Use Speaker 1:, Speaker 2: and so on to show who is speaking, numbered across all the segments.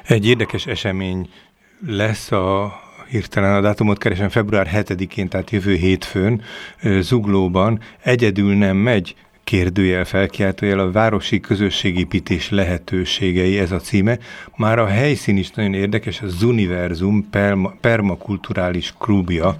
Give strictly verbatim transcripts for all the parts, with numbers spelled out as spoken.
Speaker 1: Egy érdekes esemény lesz, a hirtelen a dátumot keresem, február hetedikén, tehát jövő hétfőn Zuglóban Egyedül nem megy, kérdőjel, felkiáltójel, a városi közösségépítés lehetőségei, ez a címe. Már a helyszín is nagyon érdekes, a Zuniverzum perma, permakulturális klubja.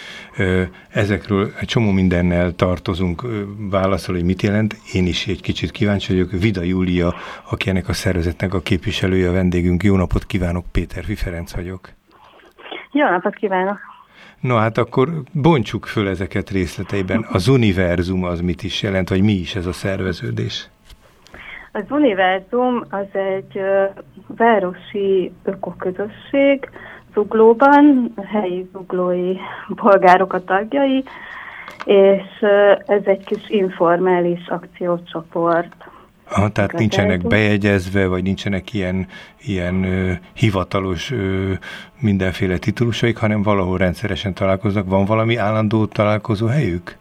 Speaker 1: Ezekről egy csomó mindennel tartozunk válaszolni, hogy mit jelent. Én is egy kicsit kíváncsi vagyok. Vida Júlia, aki ennek a szervezetnek a képviselője, a vendégünk. Jó napot kívánok, Péterfi Ferenc vagyok.
Speaker 2: Jó napot kívánok!
Speaker 1: Na hát akkor bontsuk föl ezeket részleteiben. Az Zuniverzum az mit is jelent, vagy mi is ez a szerveződés?
Speaker 2: Az Zuniverzum az egy városi ökoközösség, Zuglóban, helyi zuglói polgárok a tagjai, és ez egy kis informális akciócsoport.
Speaker 1: Aha, tehát nincsenek bejegyezve, vagy nincsenek ilyen, ilyen ö, hivatalos ö, mindenféle titulusaik, hanem valahol rendszeresen találkoznak. Van valami állandó találkozó helyük?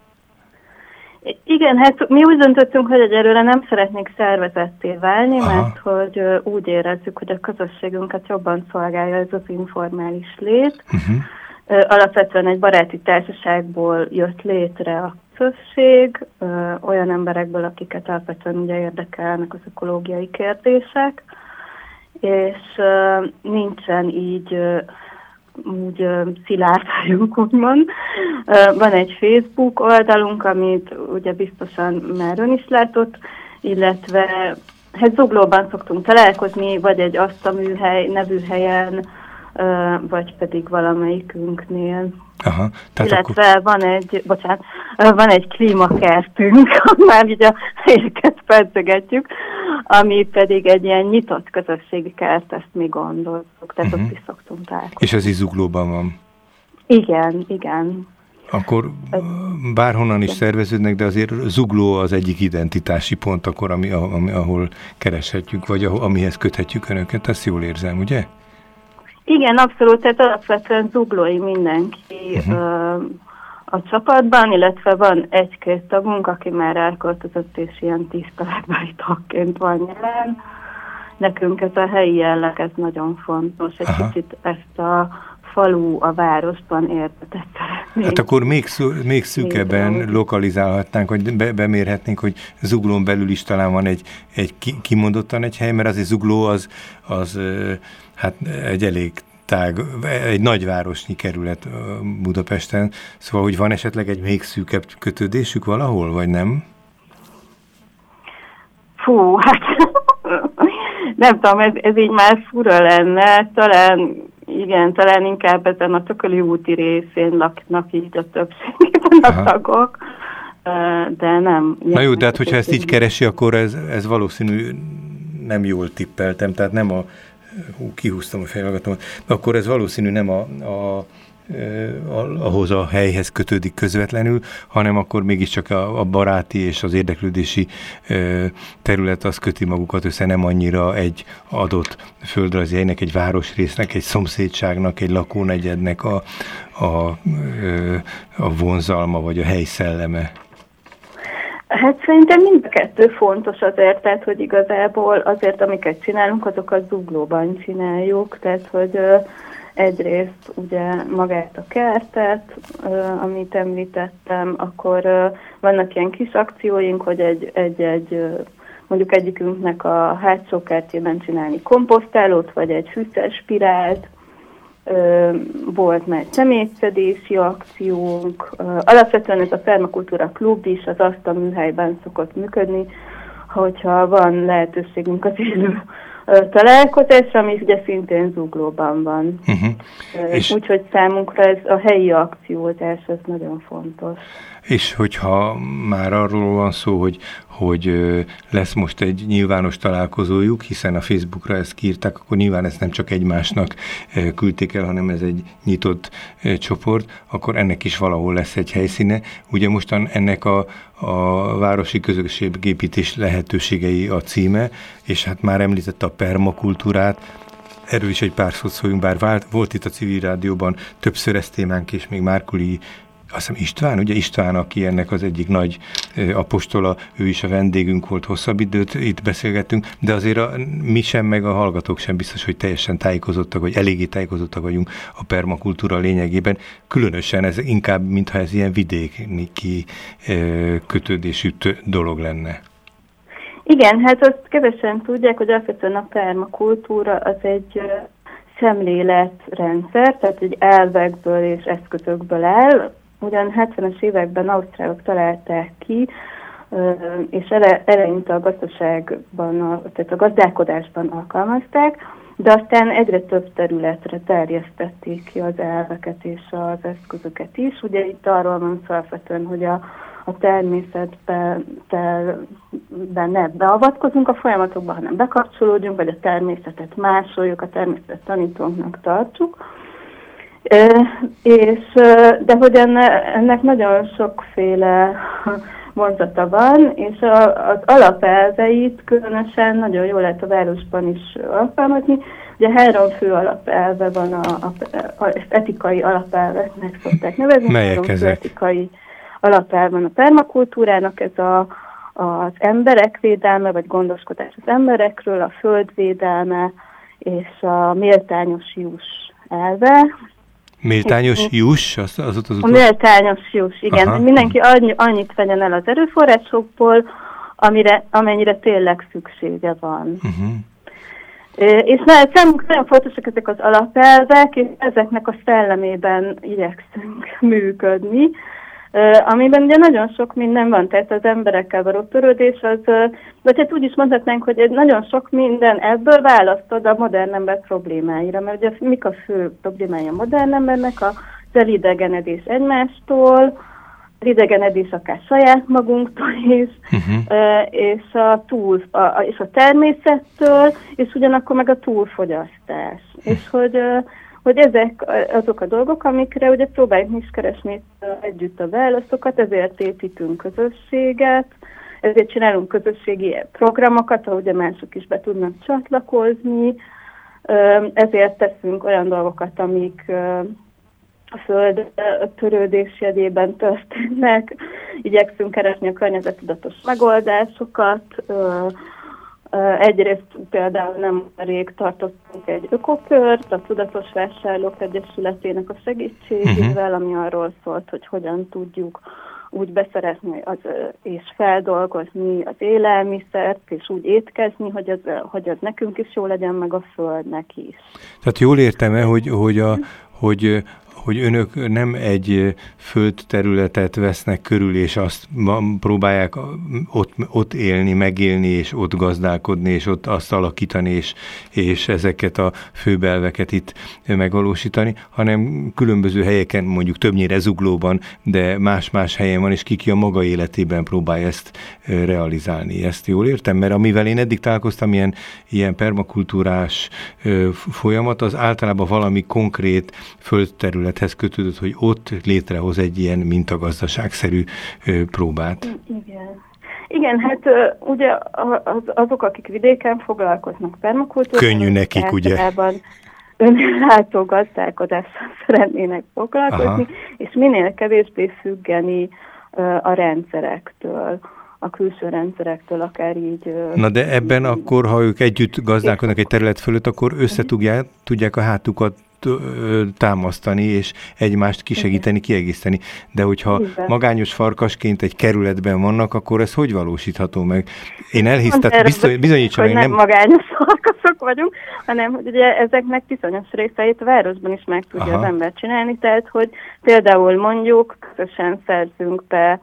Speaker 2: Igen, hát mi úgy döntöttünk, hogy egyelőre nem szeretnénk szervezetté válni, Aha. mert hogy ö, úgy érezzük, hogy a közösségünket jobban szolgálja ez az informális lét. Uh-huh. Ö, alapvetően egy baráti társaságból jött létre a közösség, ö, olyan emberekből, akiket alapvetően ugye érdekelnek az ökológiai kérdések, és ö, nincsen így ö, úgy ö, szilárd vagyunk, úgymond. Ö, van egy Facebook oldalunk, amit ugye biztosan már ön is látott, illetve hát Zuglóban szoktunk találkozni, vagy egy Asztaműhely nevű helyen, ö, vagy pedig valamelyikünknél.
Speaker 1: Aha, tehát
Speaker 2: illetve
Speaker 1: akkor...
Speaker 2: van egy, bocsánat, van egy klímakertünk, már így a helyeket pedzegetjük, ami pedig egy ilyen nyitott közösségi kert, ezt mi gondoltuk, tehát uh-huh. ott is szoktunk találkozni.
Speaker 1: És ez is Zuglóban van?
Speaker 2: Igen, igen.
Speaker 1: Akkor bárhonnan is szerveződnek, de azért Zugló az egyik identitási pont akkor, ami, ami, ahol kereshetjük, vagy ahol, amihez köthetjük önöket, ezt jól érzem, ugye?
Speaker 2: Igen, abszolút, tehát alapvetően zuglói mindenki uh-huh. ö, a csapatban, illetve van egy-két tagunk, aki már elköltözött, és ilyen tiszteletbeli tagként van jelen. Nekünk ez a helyi jelleg, ez nagyon fontos. Egy Aha. kicsit ezt a falu a városban értetet szeretnénk.
Speaker 1: Hát akkor még, szü- még szűkebben lokalizálhatnánk, hogy be- bemérhetnénk, hogy Zuglón belül is talán van egy, egy ki- kimondottan egy hely, mert azért Zugló az, az hát egy elég tág, egy nagyvárosnyi kerület Budapesten, szóval, hogy van esetleg egy még szűkebb kötődésük valahol, vagy nem?
Speaker 2: Fú, hát nem tudom, ez, ez így már fura lenne, talán igen, talán inkább ezen a Tököli úti részén laknak így a többségében a tagok, de nem.
Speaker 1: Na jó, de hát hogyha ezt így keresi, akkor ez, ez valószínű nem jól tippeltem, tehát nem a hú, kihúztam a fejhallgatómat, akkor ez valószínű nem a, a, a, ahhoz a helyhez kötődik közvetlenül, hanem akkor mégiscsak a, a baráti és az érdeklődési terület az köti magukat össze, nem annyira egy adott földrajzi helynek, egy városrésznek, egy szomszédságnak, egy lakónegyednek a, a, a vonzalma, vagy a hely szelleme.
Speaker 2: Hát szerintem mind a kettő fontos azért, tehát hogy igazából azért, amiket csinálunk, azokat Zuglóban csináljuk, tehát hogy ö, egyrészt ugye magát a kertet, ö, amit említettem, akkor ö, vannak ilyen kis akcióink, hogy egy, egy, egy ö, mondjuk egyikünknek a hátsó kertjében csinálni komposztálót, vagy egy fűszerspirált, Ö, volt már szemétszedési akciónk, ö, alapvetően ez a permakultúra klub is az Asztaműhelyben szokott működni, hogyha van lehetőségünk az élő ö, találkozásra, ami ugye szintén Zuglóban van. Uh-huh. Úgyhogy számunkra ez a helyi akciózás, ez nagyon fontos.
Speaker 1: És hogyha már arról van szó, hogy, hogy lesz most egy nyilvános találkozójuk, hiszen a Facebookra ezt kiírták, akkor nyilván ezt nem csak egymásnak küldték el, hanem ez egy nyitott csoport, akkor ennek is valahol lesz egy helyszíne. Ugye mostan ennek a, a városi közösségépítés lehetőségei a címe, és hát már említette a permakultúrát, erről is egy pár szót szóljunk, bár vált, volt itt a Civil Rádióban többször ez témánk, és még Márkuli azt hiszem István, ugye István, aki ennek az egyik nagy apostola, ő is a vendégünk volt, hosszabb időt itt beszélgettünk, de azért a, mi sem, meg a hallgatók sem biztos, hogy teljesen tájékozottak, vagy eléggé tájékozottak vagyunk a permakultúra lényegében. Különösen ez inkább, mintha ez ilyen vidéki kötődésű dolog lenne.
Speaker 2: Igen, hát azt kevesen tudják, hogy alapvetően a permakultúra az egy szemléletrendszer, tehát egy elvekből és eszközökből áll. Ugyan hetvenes években ausztrálok találták ki, és ele, eleinte a gazdaságban, tehát a gazdálkodásban alkalmazták, de aztán egyre több területre terjesztették ki az elveket és az eszközöket is. Ugye itt arról van szó alapvetően, hogy a, a természetben ne beavatkozunk a folyamatokba, hanem bekapcsolódjunk, vagy a természetet másoljuk, a természetet tanítónknak tartsuk. E, és, de hogy enne, ennek nagyon sokféle vonzata van, és a, az alapelveit különösen nagyon jól lehet a városban is alkalmazni. Ugye három fő alapelve van, a, a, a, a etikai alapelveknek szokták nevezni.
Speaker 1: Melyek ezek?
Speaker 2: Etikai alapelv van a permakultúrának, ez a, az emberek védelme, vagy gondoskodás az emberekről, a földvédelme és a méltányos juss elve.
Speaker 1: Méltányos juss? Az, az ott az
Speaker 2: a méltányos juss, igen. Hogy mindenki annyi, annyit vegyen el az erőforrásokból, amire, amennyire tényleg szüksége van. Uh-huh. É, és számunkra nagyon fontosak ezek az alapelvek, és ezeknek a szellemében igyekszünk működni, amiben ugye nagyon sok minden van, tehát az emberekkel való törődés, az, vagy hát úgy is mondhatnánk, hogy nagyon sok minden ebből választod a modern ember problémáira, mert ugye mik a fő problémája a modern embernek, az elidegenedés egymástól, elidegenedés akár saját magunktól is, uh-huh. és, a túl, a, és a természettől, és ugyanakkor meg a túlfogyasztás. Uh-huh. És hogy hogy ezek azok a dolgok, amikre ugye próbáljuk mi is keresni együtt a válaszokat, ezért építünk közösséget, ezért csinálunk közösségi programokat, ahol ugye mások is be tudnak csatlakozni, ezért teszünk olyan dolgokat, amik a föld törődés jegyében történnek, igyekszünk keresni a környezettudatos megoldásokat. Egyrészt például nem rég tartottunk egy ökokört a Tudatos Vásárlók Egyesületének a segítségével, uh-huh. ami arról szólt, hogy hogyan tudjuk úgy beszerezni az, és feldolgozni az élelmiszert, és úgy étkezni, hogy az, hogy az nekünk is jó legyen, meg a földnek is.
Speaker 1: Tehát jól értem-e, hogy, hogy, a, hogy hogy önök nem egy földterületet vesznek körül, és azt próbálják ott, ott élni, megélni, és ott gazdálkodni, és ott azt alakítani, és, és ezeket a főbelveket itt megvalósítani, hanem különböző helyeken, mondjuk többnyire Zuglóban, de más-más helyen van, és kiki a maga életében próbálja ezt realizálni. Ezt jól értem? Mert amivel én eddig találkoztam, ilyen, ilyen permakultúrás folyamat, az általában valami konkrét földterület kötődött, hogy ott létrehoz egy ilyen mintagazdaságszerű ö, próbát.
Speaker 2: Igen. Igen, hát ugye az, azok, akik vidéken foglalkoznak permakultúrával,
Speaker 1: könnyű nekik, ugye?
Speaker 2: önellátó gazdálkodással szeretnének foglalkozni, aha. és minél kevésbé függeni a rendszerektől, a külső rendszerektől, akár így...
Speaker 1: Na de ebben akkor, ha ők együtt gazdálkodnak egy terület fölött, akkor összetudják tudják a hátukat támasztani, és egymást kisegíteni, kiegészíteni. De hogyha igen. magányos farkasként egy kerületben vannak, akkor ez hogy valósítható meg? Én elhiszem, bizony, bizonyítsam,
Speaker 2: hogy nem,
Speaker 1: nem
Speaker 2: magányos farkasok vagyunk, hanem hogy ugye ezeknek bizonyos részeit a városban is meg tudja aha. az ember csinálni, tehát hogy például mondjuk közösen szerzünk be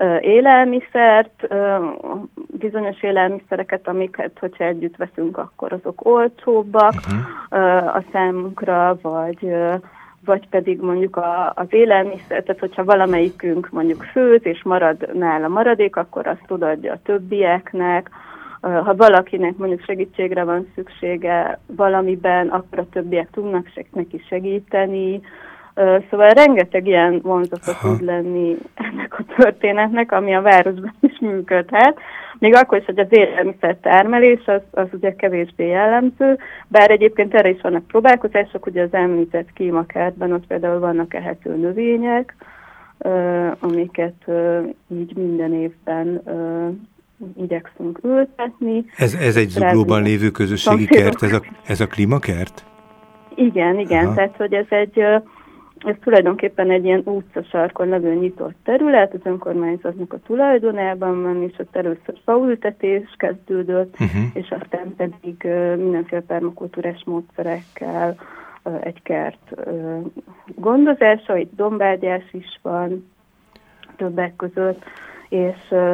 Speaker 2: élelmiszert, bizonyos élelmiszereket, amiket, hogyha együtt veszünk, akkor azok olcsóbbak uh-huh. a számunkra, vagy, vagy pedig mondjuk a, az élelmiszer, tehát hogyha valamelyikünk mondjuk főz, és marad nála maradék, akkor azt odaadja a többieknek. Ha valakinek mondjuk segítségre van szüksége valamiben, akkor a többiek tudnak neki segíteni. Szóval rengeteg ilyen vonzata tud lenni ennek a történetnek, ami a városban is működhet. Még akkor is, hogy az élelmiszer termelés, az, az ugye kevésbé jellemző, bár egyébként erre is vannak próbálkozások, ugye az említett kímakertben ott például vannak ehető növények, amiket így minden évben igyekszünk ültetni.
Speaker 1: Ez, ez egy Zuglóban lévő közösségi kert, ez a, ez a klímakert?
Speaker 2: Igen, igen, Aha. tehát hogy ez egy, ez tulajdonképpen egy ilyen utcasarkon levő nyitott terület, az önkormányzatnak a tulajdonában van, és ott először faültetés kezdődött, uh-huh. és aztán pedig mindenféle permakultúrás módszerekkel egy kert gondozása, itt dombágyás is van többek között, és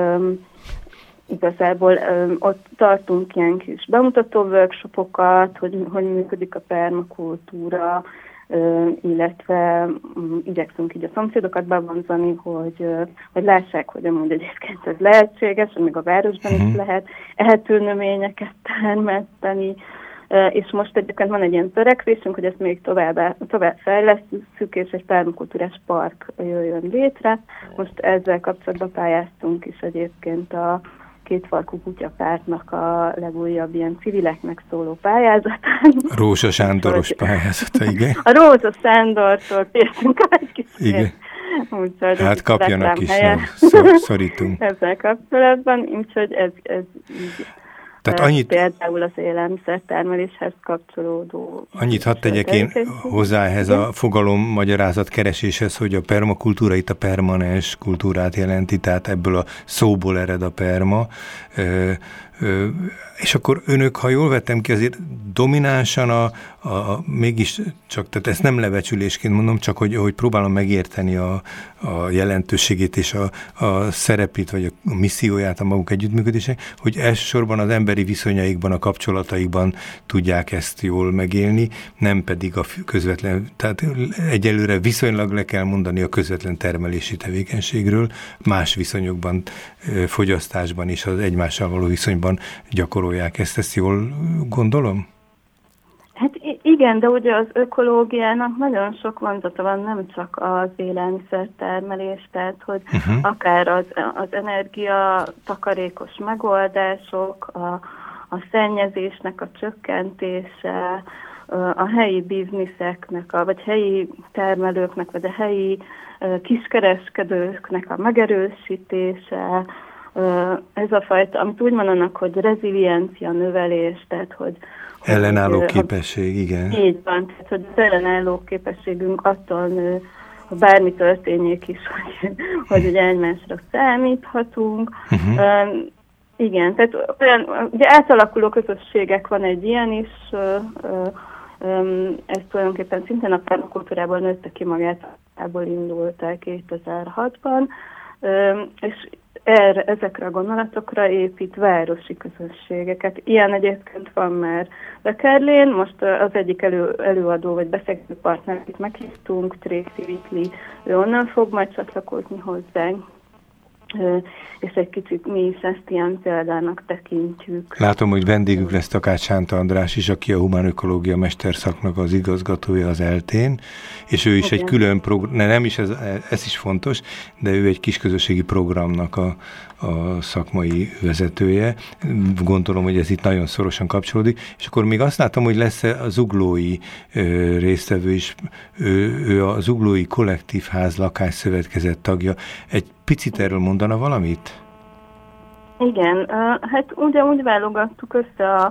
Speaker 2: igazából ö, ott tartunk ilyen kis bemutató workshopokat, hogy hogy működik a permakultúra, ö, illetve um, igyekszünk így a szomszédokat bevonzani, hogy, ö, hogy lássák, hogy amúgy egyébként ez lehetséges, hogy még a városban uh-huh. is lehet ehető növényeket termeszteni, ö, és most egyébként van egy ilyen törekvésünk, hogy ezt még tovább, tovább fejlesztjük, és egy permakultúrás park jöjjön létre. Most ezzel kapcsolatban pályáztunk is egyébként a Kétfarkú kutyapártnak a legújabb ilyen civileknek szóló pályázatán.
Speaker 1: Rózsa Sándoros pályázata, igen.
Speaker 2: A Rózsa Sándortól kértünk egy kicsit.
Speaker 1: Úgyhogy hát kapjanak is, szor, szorítunk.
Speaker 2: Ezzel kapcsolatban, úgyhogy ez, ez így
Speaker 1: Tehát annyit,
Speaker 2: például az élelmiszertermeléshez kapcsolódó.
Speaker 1: Annyit hadd tegyek én hozzá ehhez a fogalom magyarázat kereséshez, hogy a permakultúra itt a permanens kultúrát jelenti, tehát ebből a szóból ered a perma. Ö, ö, és akkor önök, ha jól vettem ki, azért dominánsan a, a, a mégis csak, tehát ezt nem lebecsülésként mondom, csak hogy, hogy próbálom megérteni a, a jelentőségét és a, a szerepét, vagy a misszióját a maguk együttműködések, hogy elsősorban az emberi viszonyaikban, a kapcsolataikban tudják ezt jól megélni, nem pedig a közvetlen, tehát egyelőre viszonylag le kell mondani a közvetlen termelési tevékenységről, más viszonyokban, fogyasztásban és az egymással való viszonyban gyakorolják ezt, ezt jól gondolom?
Speaker 2: Hát igen, de ugye az ökológiának nagyon sok vonzata van, nem csak az élelmiszertermelés, tehát hogy uh-huh. akár az, az energia takarékos megoldások, a, a szennyezésnek a csökkentése, a helyi bizniszeknek, a, vagy helyi termelőknek, vagy a helyi kiskereskedőknek a megerősítése, ez a fajta, amit úgy mondanak, hogy reziliencia növelés, tehát hogy
Speaker 1: ellenálló hogy, képesség, igen.
Speaker 2: Így van, tehát hogy az ellenálló képességünk attól nő, ha bármi történjék is, hogy, hogy ugye egymásra számíthatunk. Uh-huh. Uh, igen, tehát olyan, ugye átalakuló közösségek, van egy ilyen is, uh, uh, um, ez tulajdonképpen szintén a permakultúrából nőtte ki magát, abból indult el kétezer-hatban, uh, és erre, ezekre a gondolatokra épít városi közösségeket. Ilyen egyébként van már Bekerlén, most az egyik elő, előadó vagy beszélgető partner, akit meghívtunk, Tracy Whitley, ő onnan fog majd csatlakozni hozzánk, és egy kicsit mi is ezt ilyen példának tekintjük.
Speaker 1: Látom, hogy vendégük lesz Takács Sánta András is, aki a humánökológia mesterszaknak az igazgatója az eltén, és ő is igen. egy külön program, ne, nem is ez, ez is fontos, de ő egy kisközösségi programnak a, a szakmai vezetője. Gondolom, hogy ez itt nagyon szorosan kapcsolódik, és akkor még azt látom, hogy lesz a zuglói ö, résztvevő is, ő, ő a zuglói kollektív ház lakásszövetkezet tagja. Egy picit erről mondana valamit?
Speaker 2: Igen, hát ugye úgy válogattuk össze a,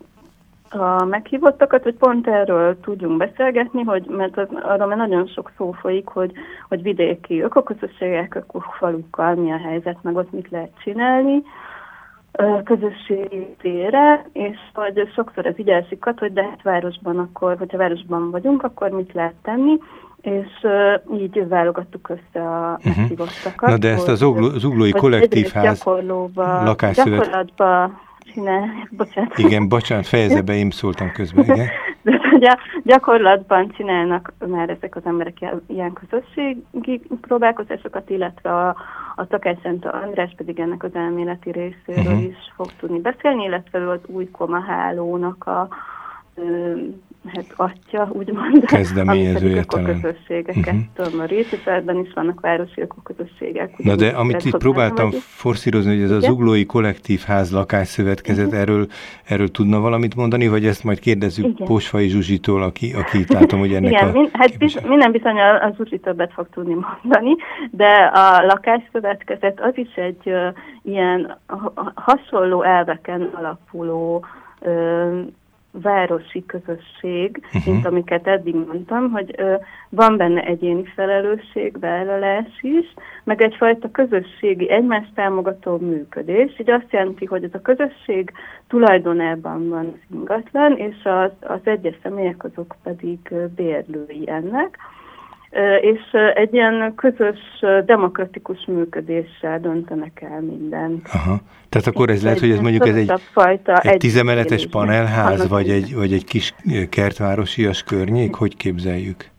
Speaker 2: a meghívottakat, hogy pont erről tudjunk beszélgetni, hogy, mert az, arra már nagyon sok szó folyik, hogy, hogy vidéki ökoközösségek, ökofalukkal mi a helyzet, meg ott mit lehet csinálni közösségi tére, és hogy sokszor ez így elsikad, hogy de hát városban akkor, hogyha városban vagyunk, akkor mit lehet tenni, és uh, így válogattuk össze a uh-huh. meghívottakat.
Speaker 1: Na de ezt a zuglói kollektívház lakásszövet...
Speaker 2: Gyakorlatban csinálják, bocsánat.
Speaker 1: Igen, bocsánat, fejezze be, én szóltam közben, igen.
Speaker 2: De ugye gyakorlatban csinálnak már ezek az emberek ilyen közösségi próbálkozásokat, illetve a, a Takács Sánta András pedig ennek az elméleti részéről uh-huh. is fog tudni beszélni, illetve az új Koma hálónak a hát atya, úgymond,
Speaker 1: kezdeményezője talán.
Speaker 2: Ökoközösségeket uh-huh. tömörít, és ebben is vannak városi ökoközösségek.
Speaker 1: Na de amit itt próbáltam forszírozni, hogy ez a Zuglói Kollektív Ház Lakásszövetkezet, uh-huh. erről, erről tudna valamit mondani, vagy ezt majd kérdezzük Igen. Pósfai Zsuzsitól, aki, aki itt látom, hogy ennek
Speaker 2: Igen,
Speaker 1: a...
Speaker 2: min, hát biz, minden bizony a, a Zsuzsi többet fog tudni mondani, de a lakásszövetkezet az is egy uh, ilyen hasonló elveken alapuló uh, városi közösség, uh-huh. mint amiket eddig mondtam, hogy ö, van benne egyéni felelősség, vállalás is, meg egyfajta közösségi, egymást támogató működés. Így azt jelenti, hogy ez a közösség tulajdonában van az ingatlan, és az, az egyes személyek azok pedig bérlői ennek. És egy ilyen közös, demokratikus működéssel döntenek el mindent.
Speaker 1: Aha. Tehát akkor ez lehet, hogy ez mondjuk ez egy, egy tizemeletes panelház, vagy egy, vagy egy kis kertvárosias környék? Hogy képzeljük?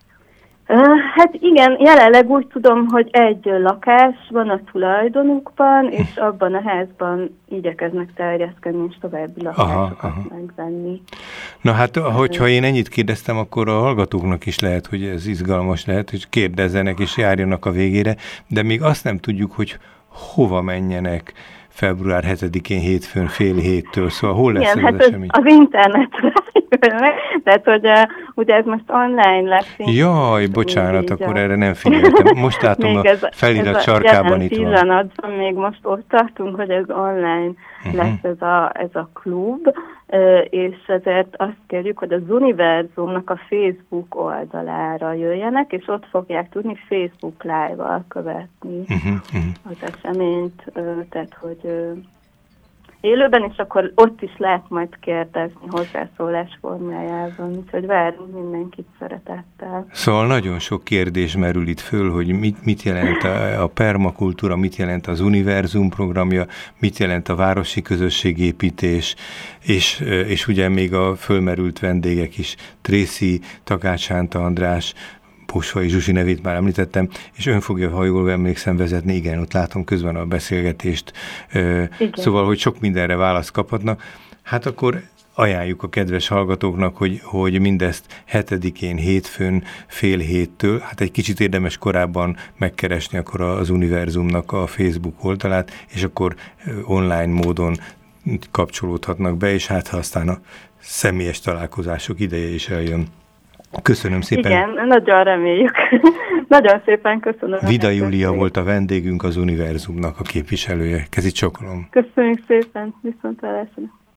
Speaker 2: Hát igen, jelenleg úgy tudom, hogy egy lakás van a tulajdonukban, és abban a házban igyekeznek terjeszkedni, és további lakásokat aha, aha. megvenni.
Speaker 1: Na hát, hogyha én ennyit kérdeztem, akkor a hallgatóknak is lehet, hogy ez izgalmas lehet, hogy kérdezzenek és járjanak a végére, de még azt nem tudjuk, hogy hova menjenek február hetedikén hétfőn fél héttől, szóval hol lesz
Speaker 2: igen,
Speaker 1: ez
Speaker 2: hát
Speaker 1: az esemény?
Speaker 2: Az internetre. Tehát, hogy uh, ugye ez most online lesz.
Speaker 1: Jaj, bocsánat, akkor erre nem figyeltem. Most látom a felirat sarkában itt van.
Speaker 2: Pillanatban még most ott tartunk, hogy ez online uh-huh. lesz ez a, ez a klub, uh, és ezért azt kérjük, hogy az Univerzumnak a Facebook oldalára jöjjenek, és ott fogják tudni Facebook live-val követni uh-huh, uh-huh. az eseményt, uh, tehát, hogy uh, élőben, és akkor ott is lehet majd kérdezni hozzászólás formájában, úgyhogy várunk mindenkit szeretettel.
Speaker 1: Szóval nagyon sok kérdés merül itt föl, hogy mit, mit jelent a, a permakultúra, mit jelent az Univerzum programja, mit jelent a városi közösségépítés, és, és ugye még a fölmerült vendégek is, Tracy, Takács Sánta András, Pósfai Zsuzsi nevét már említettem, és ön fogja, ha jól emlékszem, vezetni, igen, ott látom közben a beszélgetést, igen. Szóval, hogy sok mindenre választ kaphatnak. Hát akkor ajánljuk a kedves hallgatóknak, hogy, hogy mindezt hetedikén hétfőn fél héttől, hát egy kicsit érdemes korábban megkeresni akkor az Univerzumnak a Facebook oldalát, és akkor online módon kapcsolódhatnak be, és hát ha aztán a személyes találkozások ideje is eljön. Köszönöm szépen.
Speaker 2: Igen, nagyon reméljük. Nagyon szépen köszönöm.
Speaker 1: Vida Júlia volt a vendégünk, az Univerzumnak a képviselője. Kezi csokolom.
Speaker 2: Köszönjük szépen, viszontlátásra.